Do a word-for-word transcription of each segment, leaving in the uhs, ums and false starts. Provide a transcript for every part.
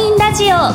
ミンラジオ。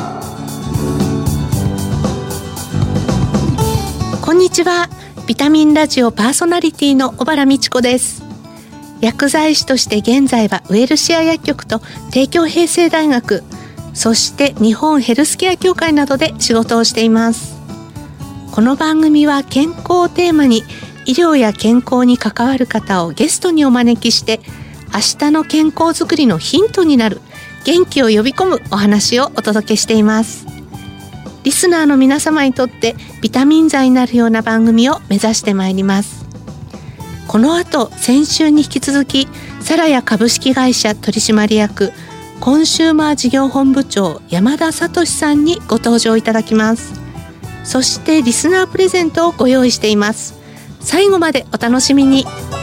こんにちは。ビタミンラジオパーソナリティの小原美智子です。薬剤師として現在はウエルシア薬局と帝京平成大学、そして日本ヘルスケア協会などで仕事をしています。この番組は健康をテーマに、医療や健康に関わる方をゲストにお招きして、明日の健康づくりのヒントになる元気を呼び込むお話をお届けしています。リスナーの皆様にとってビタミン剤になるような番組を目指してまいります。この後、先週に引き続きサラヤ株式会社取締役コンシューマー事業本部長山田聡さんにご登場いただきます。そしてリスナープレゼントをご用意しています。最後までお楽しみに。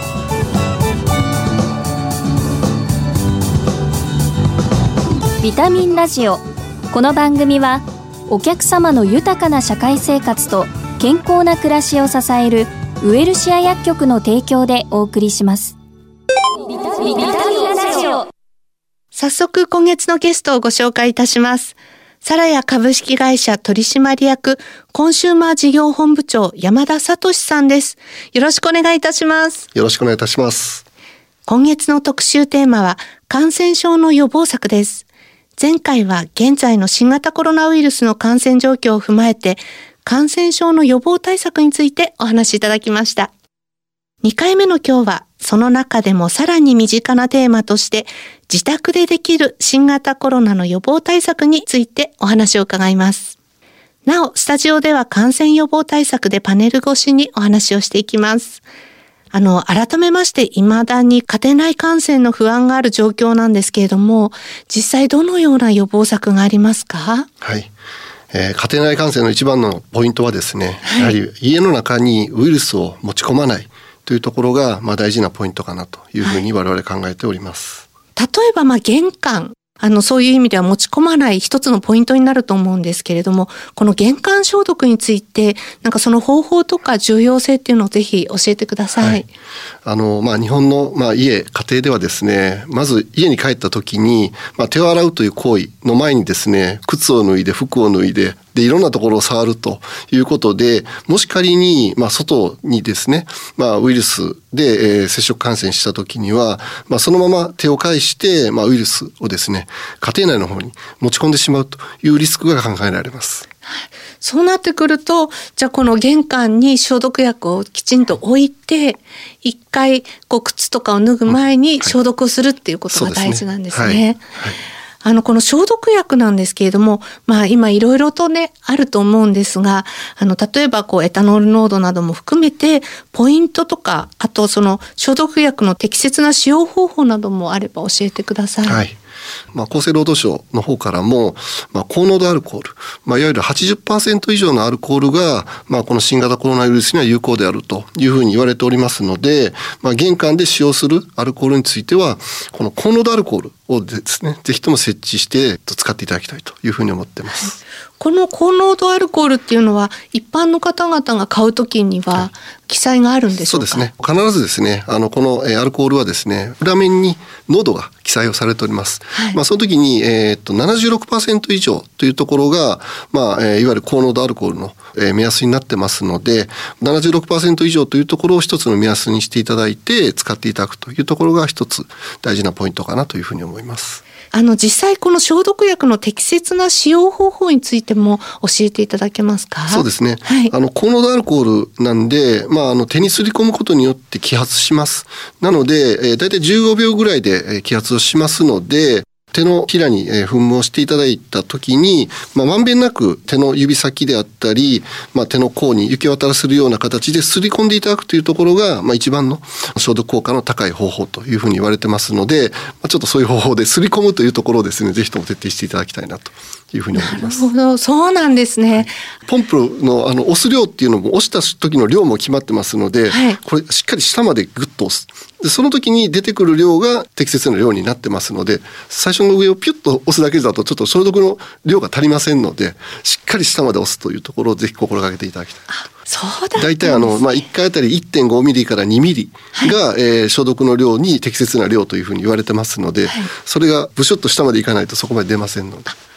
ビタミンラジオ。この番組はお客様の豊かな社会生活と健康な暮らしを支えるウエルシア薬局の提供でお送りします。ビタミンラジオ。 早速今月のゲストをご紹介いたします。サラヤ株式会社取締役コンシューマー事業本部長山田聡さんです。よろしくお願いいたします。 よろしくお願いいたします。 今月の特集テーマは感染症の予防策です。前回は現在の新型コロナウイルスの感染状況を踏まえて、感染症の予防対策についてお話しいただきました。にかいめの今日は、その中でもさらに身近なテーマとして、自宅でできる新型コロナの予防対策についてお話を伺います。なお、スタジオでは感染予防対策でパネル越しにお話をしていきます。あの、改めまして、未だに家庭内感染の不安がある状況なんですけれども、実際どのような予防策がありますか？ はい。えー、家庭内感染の一番のポイントはですね、はい、やはり家の中にウイルスを持ち込まないというところが、まあ、大事なポイントかなというふうに我々考えております。 はい、例えば、まあ、玄関、あの、そういう意味では持ち込まない一つのポイントになると思うんですけれども、この玄関消毒について、なんかその方法とか重要性っていうのをぜひ教えてください。はい、 あの、まあ、日本の、まあ、家、家庭ではですね、まず家に帰った時に、まあ、手を洗うという行為の前にですね、靴を脱いで、服を脱いで、で、いろんなところを触るということで、もし仮に、まあ、外にですね、まあ、ウイルスで、えー、接触感染した時には、まあ、そのまま手を介して、まあ、ウイルスをですね、家庭内の方に持ち込んでしまうというリスクが考えられます。 そうなってくると、じゃあこの玄関に消毒薬をきちんと置いて、一回こう靴とかを脱ぐ前に消毒をするっていうことが大事なんですね。あの、この消毒薬なんですけれども、まあ今いろいろとね、あると思うんですが、あの、例えばこうエタノール濃度なども含めて、ポイントとか、あとその消毒薬の適切な使用方法などもあれば教えてください。 はい。まあ、厚生労働省の方からも、まあ、高濃度アルコール、まあ、いわゆる はちじゅっパーセント 以上のアルコールが、まあ、この新型コロナウイルスには有効であるというふうに言われておりますので、まあ、玄関で使用するアルコールについては、この高濃度アルコールをですね、ぜひとも設置して使っていただきたいというふうに思っています。 この高濃度アルコールっていうのは一般の方々が買うときには記載があるんでしょうか？ そうですね。必ずですね、あのこのアルコールはですね、裏面に濃度が記載をされております。はい、まあその時にえー、っと ななじゅうろくパーセント 以上というところがまあ、えー、いわゆる高濃度アルコールの、えー、目安になってますので、ななじゅうろくパーセント 以上というところを一つの目安にしていただいて使っていただくというところが一つ大事なポイントかなというふうに思います。 あの実際この消毒薬の適切な使用方法についても教えていただけますか？ そうですね。 はい、 あの高濃度アルコールなんで、まあ、あの手にすり込むことによって揮発します。なので、えー、だいたいじゅうごびょうぐらいで揮発をしますので、手のひらに噴霧をしていただいたときに、まあ、まんべんなく手の指先であったり、まあ、手の甲に行き渡らせるような形ですり込んでいただくというところが、まあ、一番の消毒効果の高い方法というふうに言われてますので、まあ、ちょっとそういう方法ですり込むというところをですね、ぜひとも徹底していただきたいなというふうに思います。 なるほど、そうなんですね。 ポンプのあの押す量っていうのも押した時の量も決まってますので、はい、これしっかり下までグッと押す。でその時に出てくる量が適切な量になってますので、最初の上をピュッと押すだけだとちょっと消毒の量が足りませんので、しっかり下まで押すというところをぜひ心がけていただきたい。 あ、そうだ。 だいたいあの、まあ、いっかいあたり いってんごミリからにミリが、はい、えー、消毒の量に適切な量というふうに言われてますので、はい、それがブシュッと下までいかないとそこまで出ませんので。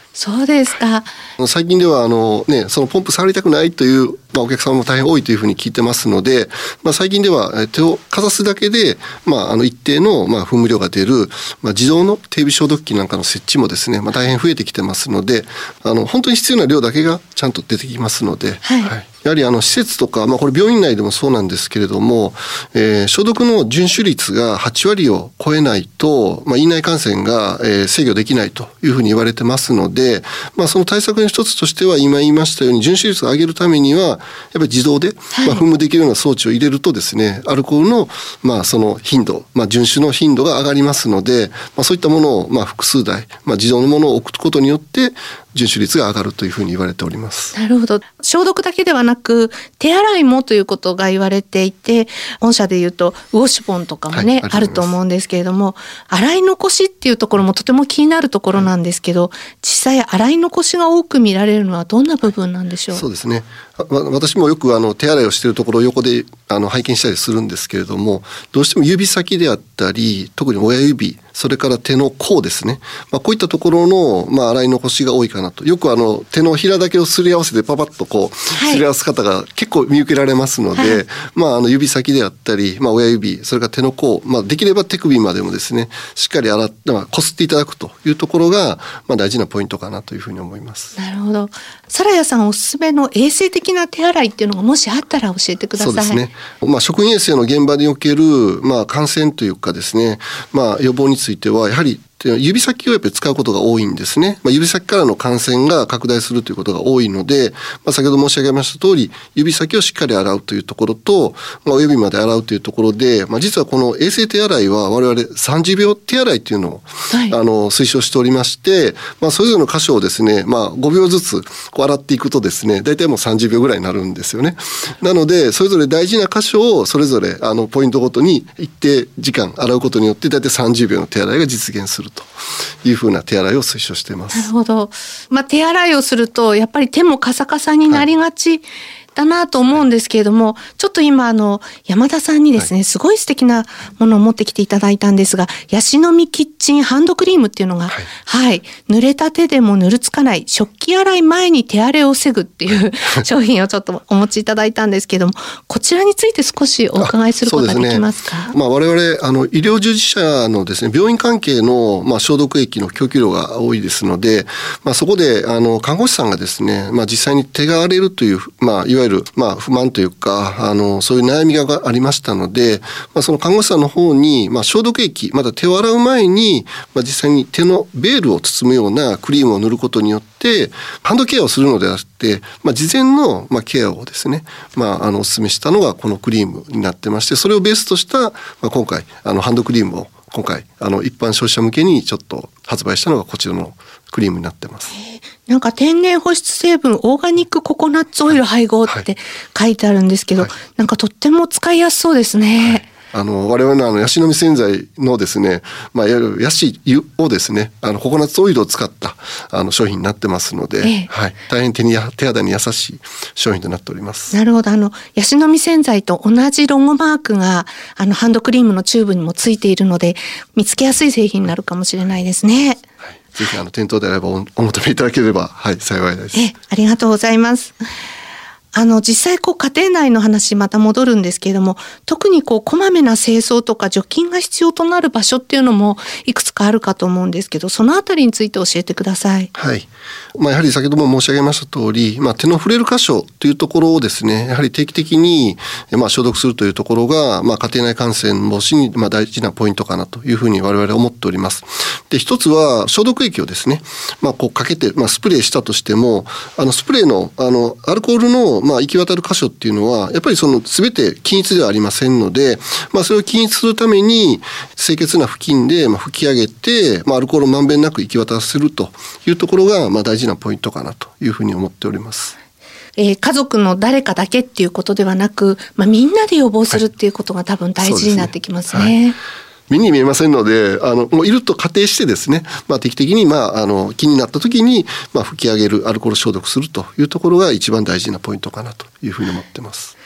そうですか。 最近ではあの、ね、そのポンプ触りたくないという、まあ、お客様も大変多いというふうに聞いてますので、まあ、最近では手をかざすだけで、まあ、あの一定のまあ噴霧量が出る、まあ、自動の手指消毒器なんかの設置もですね、まあ、大変増えてきてますので、あの本当に必要な量だけがちゃんと出てきますので、 はいはい、やはりあの施設とか、まあ、これ病院内でもそうなんですけれども、えー、消毒の遵守率がはちわりを超えないと、まあ、院内感染が、えー、制御できないというふうに言われてますので、まあ、その対策の一つとしては今言いましたように遵守率を上げるためにはやっぱり自動で、はい、まあ、噴霧できるような装置を入れるとですね、アルコールの、まあ、その頻度、まあ、遵守の頻度が上がりますので、まあ、そういったものをまあ複数台、まあ、自動のものを置くことによって遵守率が上がるというふうに言われております。 なるほど。消毒だけではなく手洗いもということが言われていて、御社でいうとウォッシュポンとかもね、はい、あると思うんですけれども、洗い残しっていうところもとても気になるところなんですけど、はい、実際洗い残しが多く見られるのはどんな部分なんでしょう。 そうですね、私もよくあの手洗いをしているところを横であの拝見したりするんですけれども、どうしても指先であったり、特に親指、それから手の甲ですね、まあ、こういったところの、まあ、洗い残しが多いかなと。よくあの手のひらだけをすり合わせてパパッとこうすり合わす方が結構見受けられますので、はい、まあ、あの指先であったり、まあ、親指、それから手の甲、まあ、できれば手首までもですね、しっかり洗って、まあ、こすっていただくというところが、まあ、大事なポイントかなというふうに思います。 なるほど。サラヤさんおすすめの衛生的な手洗いっていうのがもしあったら教えてください。 そうですね、まあ、食品衛生の現場における、まあ、感染というかですね、まあ、予防についてはやはり指先をやっぱり使うことが多いんですね。まあ、指先からの感染が拡大するということが多いので、まあ、先ほど申し上げました通り、指先をしっかり洗うというところと、まあ、親指まで洗うというところで、まあ、実はこの衛生手洗いは我々さんじゅうびょう手洗いというのを、はい、あの推奨しておりまして、まあ、それぞれの箇所をですね、まあ、ごびょうずつこう洗っていくとですね、大体もうさんじゅうびょうぐらいになるんですよね。なのでそれぞれ大事な箇所をそれぞれあのポイントごとに一定時間洗うことによって大体さんじゅうびょうの手洗いが実現するというふうな手洗いを推奨しています。 なるほど。まあ、手洗いをするとやっぱり手もカサカサになりがち、はい、だなと思うんですけれども、ちょっと今あの山田さんにですね、はい、すごい素敵なものを持ってきていただいたんですが、ヤシの実キッチンハンドクリームっていうのが、はい、はい、濡れた手でもぬるつかない食器洗い前に手荒れを防ぐっていう商品をちょっとお持ちいただいたんですけども、こちらについて少しお伺いすることができますか。 すね、まあ、我々あの医療従事者のですね、病院関係の、まあ、消毒液の供給量が多いですので、まあ、そこであの看護師さんがですね、まあ、実際に手が荒れるという、まあ、いわゆるまあ、不満というかあのそういう悩みがありましたので、まあ、その看護師さんの方に、まあ、消毒液また手を洗う前に、まあ、実際に手のベールを包むようなクリームを塗ることによってハンドケアをするのではなくて、まあ、事前の、まあ、ケアをですね、まあ、あのお勧めしたのがこのクリームになってまして、それをベースとした、まあ、今回あのハンドクリームを今回あの一般消費者向けにちょっと発売したのがこちらのクリームになってます。 なんか天然保湿成分オーガニックココナッツオイル配合って書いてあるんですけど、はいはい、なんかとっても使いやすそうですね。 はい、あの我々のあのヤシの実洗剤のですね、まあ、いわゆるヤシ油をですね、あのココナッツオイルを使ったあの商品になってますので、ええ、はい、大変手に手肌に優しい商品となっております。 なるほど。あのヤシの実洗剤と同じロゴマークがあのハンドクリームのチューブにもついているので見つけやすい製品になるかもしれないですね。 はい、ぜひあの店頭であれば お, お求めいただければ、はい、幸いです。 えありがとうございます。あの実際こう家庭内の話また戻るんですけれども、特にこうこまめな清掃とか除菌が必要となる場所っていうのもいくつかあるかと思うんですけど、そのあたりについて教えてください。 はい、まあ、やはり先ほども申し上げました通り、まあ、手の触れる箇所というところをですね、やはり定期的に、まあ、消毒するというところが、まあ、家庭内感染防止に、まあ、大事なポイントかなというふうに我々は思っております。で、一つは消毒液をですね、まあ、こうかけて、まあ、スプレーしたとしても、あのスプレーの、あのアルコールの、まあ、行き渡る箇所っていうのはやっぱりその全て均一ではありませんので、まあ、それを均一するために清潔な布巾でまあ拭き上げて、まあ、アルコールをまんべんなく行き渡らせるというところがまあ大事なポイントかなというふうに思っております。 えー、家族の誰かだけっていうことではなく、まあ、みんなで予防するっていうことが多分大事になってきますね。はい、そうですね。はい、 目に見えませんので、あのもういると仮定してですね、まあ、定期的に、まあ、あの気になった時に、まあ、拭き上げる、アルコール消毒するというところが一番大事なポイントかなというふうに思ってます。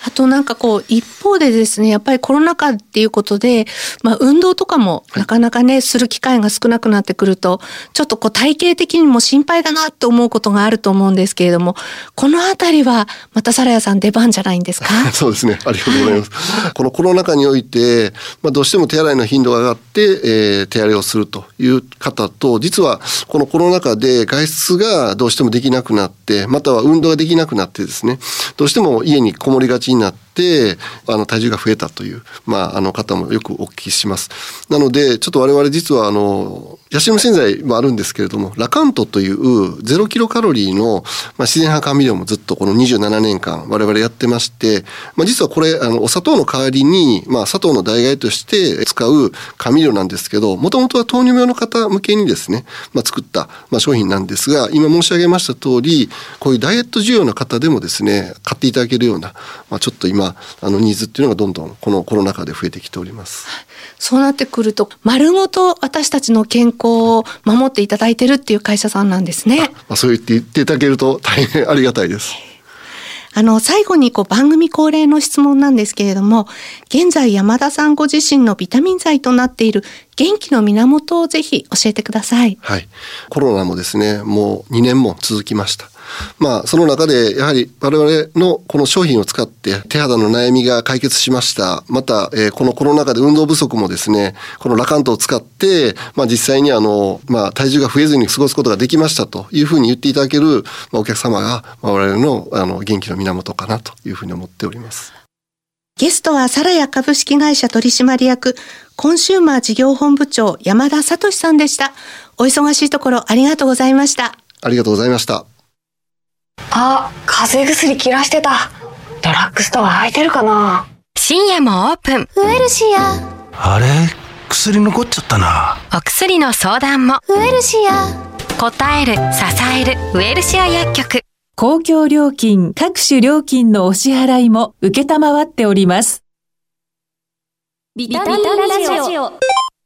あとなんかこう一方でですね、やっぱりコロナ禍っていうことで、まあ運動とかもなかなかね、はい、する機会が少なくなってくると、ちょっとこう体型的にも心配だなと思うことがあると思うんですけれども、このあたりはまたサラヤさん出番じゃないんですか？ そうですね。ありがとうございます。このコロナ禍において、まあどうしても手洗いの頻度が上がって、えー、手洗いをするという方と、実はこのコロナ禍で外出がどうしてもできなくなって、または運動ができなくなってですね、どうしても家にこもりがちになってであの体重が増えたという、まあ、あの方もよくお聞きします。なのでちょっと我々実はあのヤシの実洗剤もあるんですけれども、ラカントというゼロキロカロリーの、まあ、自然派甘味料もずっとこのにじゅうななねんかん我々やってまして、まあ、実はこれあのお砂糖の代わりに、まあ、砂糖の代替として使う甘味料なんですけど、もともとは糖尿病の方向けにですね、まあ、作った、まあ、商品なんですが、今申し上げました通り、こういうダイエット需要の方でもですね買っていただけるような、まあ、ちょっと今あのニーズっていうのがどんどんこのコロナ禍で増えてきております。 そうなってくると丸ごと私たちの健康を守っていただいてるっていう会社さんなんですね。 まあ、そう言って言っていただけると大変ありがたいです。 あの最後にこう番組恒例の質問なんですけれども、現在山田さんご自身のビタミン剤となっている元気の源をぜひ教えてください。 はい、コロナもですねもうにねんも続きました。まあその中でやはり我々のこの商品を使って手肌の悩みが解決しました。また、えー、このコロナ禍で運動不足もですねこのラカントを使って、まあ、実際にあの、まあ、体重が増えずに過ごすことができましたというふうに言っていただける、まあ、お客様が、まあ、我々の、あの元気の源かなというふうに思っております。 ゲストはサラヤ株式会社取締役コンシューマー事業本部長山田聡さんでした。お忙しいところありがとうございました。 ありがとうございました。 あ、風邪薬切らしてた。ドラッグストア空いてるかな。 深夜もオープン。 ウエルシア。 あれ、薬残っちゃったな。 お薬の相談もウエルシア。 答える、支えるウエルシア薬局。 公共料金各種料金のお支払いも受けたまわっております。 ビタミンラジオ。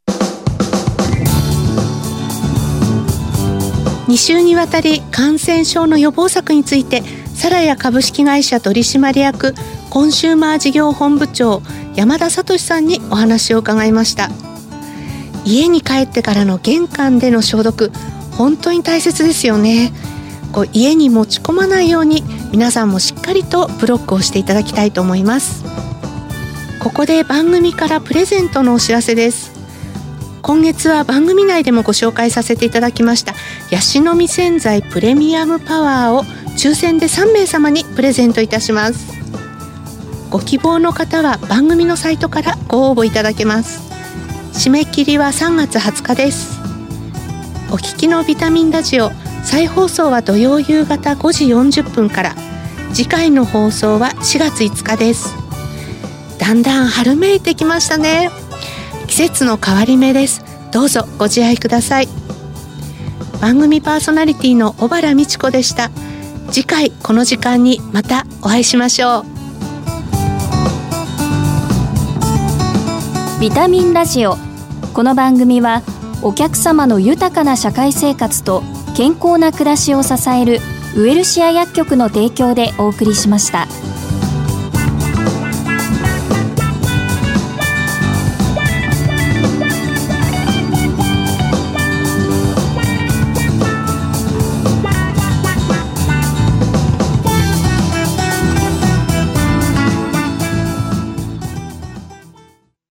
に週にわたり感染症の予防策についてサラヤ株式会社取締役コンシューマー事業本部長山田聡さんにお話を伺いました。家に帰ってからの玄関での消毒、本当に大切ですよね。こう家に持ち込まないように皆さんもしっかりとブロックをしていただきたいと思います。ここで番組からプレゼントのお知らせです。今月は番組内でもご紹介させていただきましたヤシの実洗剤プレミアムパワーを抽選でさんめいさまにプレゼントいたします。ご希望の方は番組のサイトからご応募いただけます。締め切りはさんがつはつかです。お聞きのビタミンラジオ再放送は土曜夕方ごじよんじゅっぷんから、次回の放送はしがついつかです。だんだん春めいてきましたね。季節の変わり目です。どうぞご自愛ください。番組パーソナリティの小原美智子でした。次回この時間にまたお会いしましょう。ビタミンラジオ。この番組はお客様の豊かな社会生活と健康な暮らしを支えるウエルシア薬局の提供でお送りしました。